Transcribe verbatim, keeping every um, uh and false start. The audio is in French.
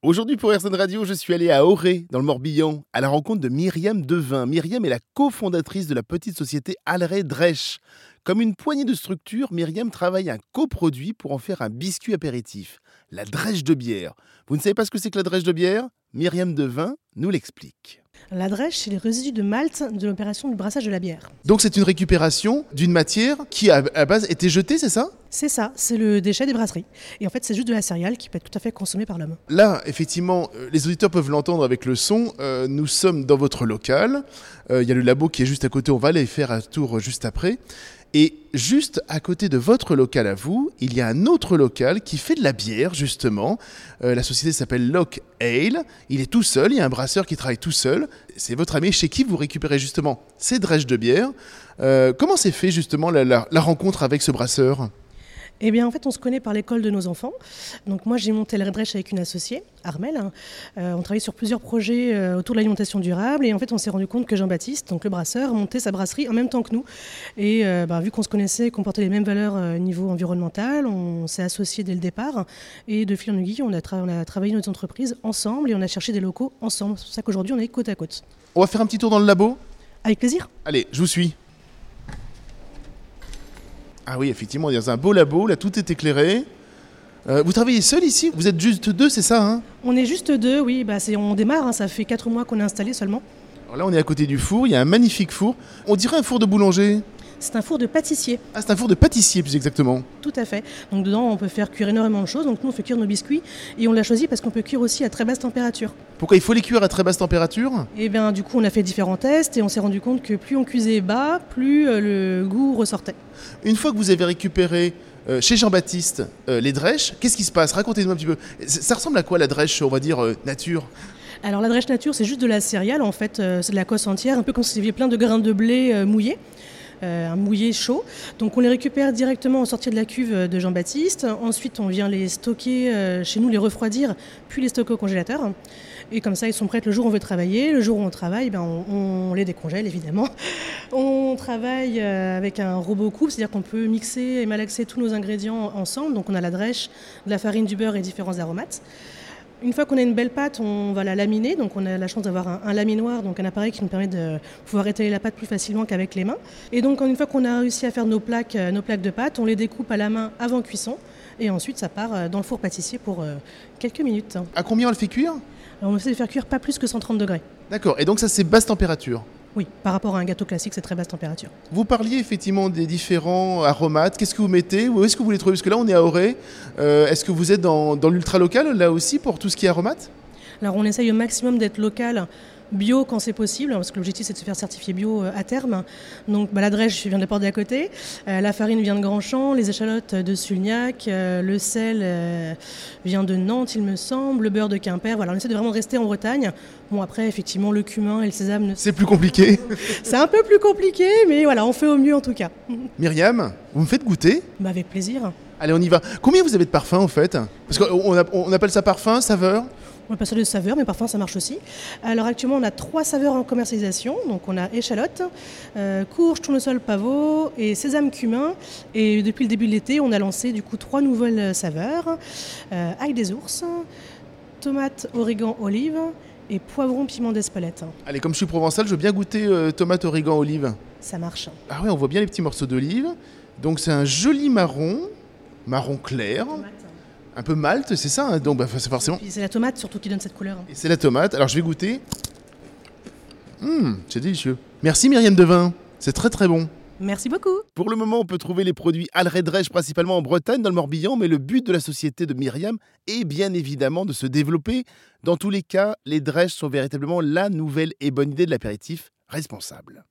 Aujourd'hui pour R Z N Radio, je suis allé à Auray, dans le Morbihan, à la rencontre de Myriam Devin. Myriam est la cofondatrice de la petite société Alray Drèche. Comme une poignée de structures, Myriam travaille un coproduit pour en faire un biscuit apéritif, la drèche de bière. Vous ne savez pas ce que c'est que la drèche de bière? Myriam Devin nous l'explique. La drèche, c'est les résidus de malt de l'opération du brassage de la bière. Donc c'est une récupération d'une matière qui à la base était jetée, c'est ça? C'est ça, c'est le déchet des brasseries. Et en fait, c'est juste de la céréale qui peut être tout à fait consommée par l'homme. Là, effectivement, euh, les auditeurs peuvent l'entendre avec le son. Euh, nous sommes dans votre local. Euh, Il y a le labo qui est juste à côté. On va aller faire un tour juste après. Et juste à côté de votre local à vous, il y a un autre local qui fait de la bière, justement. Euh, la société s'appelle Lock Ale. Il est tout seul, il y a un brasseur qui travaille tout seul. C'est votre ami chez qui vous récupérez justement ces drèches de bière. Euh, comment s'est fait justement la, la, la rencontre avec ce brasseur ? Eh bien, en fait, on se connaît par l'école de nos enfants. Donc moi, j'ai monté la drèche avec une associée, Armelle. Euh, on travaillait sur plusieurs projets euh, autour de l'alimentation durable. Et en fait, on s'est rendu compte que Jean-Baptiste, donc le brasseur, montait sa brasserie en même temps que nous. Et euh, bah, vu qu'on se connaissait, qu'on portait les mêmes valeurs au euh, niveau environnemental, on s'est associés dès le départ. Et de fil en aiguille, on a, tra- on a travaillé notre entreprise ensemble et on a cherché des locaux ensemble. C'est pour ça qu'aujourd'hui, on est côte à côte. On va faire un petit tour dans le labo ? Avec plaisir. Allez, je vous suis. Ah oui, effectivement, il y a un beau labo, là tout est éclairé. Euh, vous travaillez seul ici? Vous êtes juste deux, c'est ça hein? On est juste deux, oui, bah c'est, on démarre, hein, ça fait quatre mois qu'on est installé seulement. Alors là, on est à côté du four, il y a un magnifique four. On dirait un four de boulanger. C'est un four de pâtissier. Ah, c'est un four de pâtissier, plus exactement. Tout à fait. Donc dedans, on peut faire cuire énormément de choses. Donc nous, on fait cuire nos biscuits et on l'a choisi parce qu'on peut cuire aussi à très basse température. Pourquoi il faut les cuire à très basse température? Et bien du coup, on a fait différents tests et on s'est rendu compte que plus on cuisait bas, plus euh, le goût ressortait. Une fois que vous avez récupéré euh, chez Jean-Baptiste euh, les drèches, qu'est-ce qui se passe? Racontez-nous un petit peu. Ça, ça ressemble à quoi la drèche, on va dire, euh, nature? Alors la drèche nature, c'est juste de la céréale en fait. Euh, c'est de la cosse entière, un peu comme si vous aviez plein de grains de blé euh, mouillés. Euh, un mouillé chaud. Donc on les récupère directement en sortie de la cuve de Jean-Baptiste. Ensuite, on vient les stocker euh, chez nous, les refroidir, puis les stocker au congélateur. Et comme ça, ils sont prêts le jour où on veut travailler. Le jour où on travaille, ben, on, on les décongèle évidemment. On travaille euh, avec un robot coupe, c'est-à-dire qu'on peut mixer et malaxer tous nos ingrédients ensemble. Donc on a la drèche, de la farine, du beurre et différents aromates. Une fois qu'on a une belle pâte, on va la laminer. Donc on a la chance d'avoir un, un laminoir, donc un appareil qui nous permet de pouvoir étaler la pâte plus facilement qu'avec les mains. Et donc une fois qu'on a réussi à faire nos plaques, nos plaques de pâte, on les découpe à la main avant cuisson. Et ensuite ça part dans le four pâtissier pour euh, quelques minutes. À combien on le fait cuire? Alors on essaie de faire cuire pas plus que cent trente degrés. D'accord, et donc ça c'est basse température? Oui, par rapport à un gâteau classique, c'est très basse température. Vous parliez effectivement des différents aromates. Qu'est-ce que vous mettez? Où est-ce que vous les trouvez? Parce que là on est à Auray. Euh, est-ce que vous êtes dans, dans l'ultra local là aussi pour tout ce qui est aromates? Alors on essaye au maximum d'être local, bio quand c'est possible, parce que l'objectif c'est de se faire certifier bio à terme. Donc bah, la drèche vient de la porte d'à côté, euh, la farine vient de Grandchamp, les échalotes de Sulgnac, euh, le sel euh, vient de Nantes il me semble, le beurre de Quimper. Voilà, on essaie de vraiment rester en Bretagne. Bon après effectivement le cumin et le sésame... Ne... C'est plus compliqué. C'est un peu plus compliqué, mais voilà, on fait au mieux en tout cas. Myriam, vous me faites goûter? Bah, avec plaisir. Allez, on y va. Combien vous avez de parfums en fait? Parce qu'on on appelle ça parfum, saveur? On appelle ça de saveurs, mais parfois ça marche aussi. Alors actuellement, on a trois saveurs en commercialisation. Donc on a échalote, euh, courge, tournesol, pavot et sésame cumin. Et depuis le début de l'été, on a lancé du coup trois nouvelles saveurs. Euh, ail des ours, tomate, origan, olive et poivron, piment d'Espelette. Allez, comme je suis provençal, je veux bien goûter euh, tomate, origan, olive. Ça marche. Ah oui, on voit bien les petits morceaux d'olive. Donc c'est un joli marron, marron clair. Tomate. Un peu malt, c'est ça hein? Donc bah, c'est forcément. Et c'est la tomate surtout qui donne cette couleur. Et c'est la tomate. Alors je vais goûter. Mmh, c'est délicieux. Merci Myriam Devin. C'est très très bon. Merci beaucoup. Pour le moment, on peut trouver les produits Alray Drèche principalement en Bretagne, dans le Morbihan, mais le but de la société de Myriam est bien évidemment de se développer. Dans tous les cas, les drèches sont véritablement la nouvelle et bonne idée de l'apéritif responsable.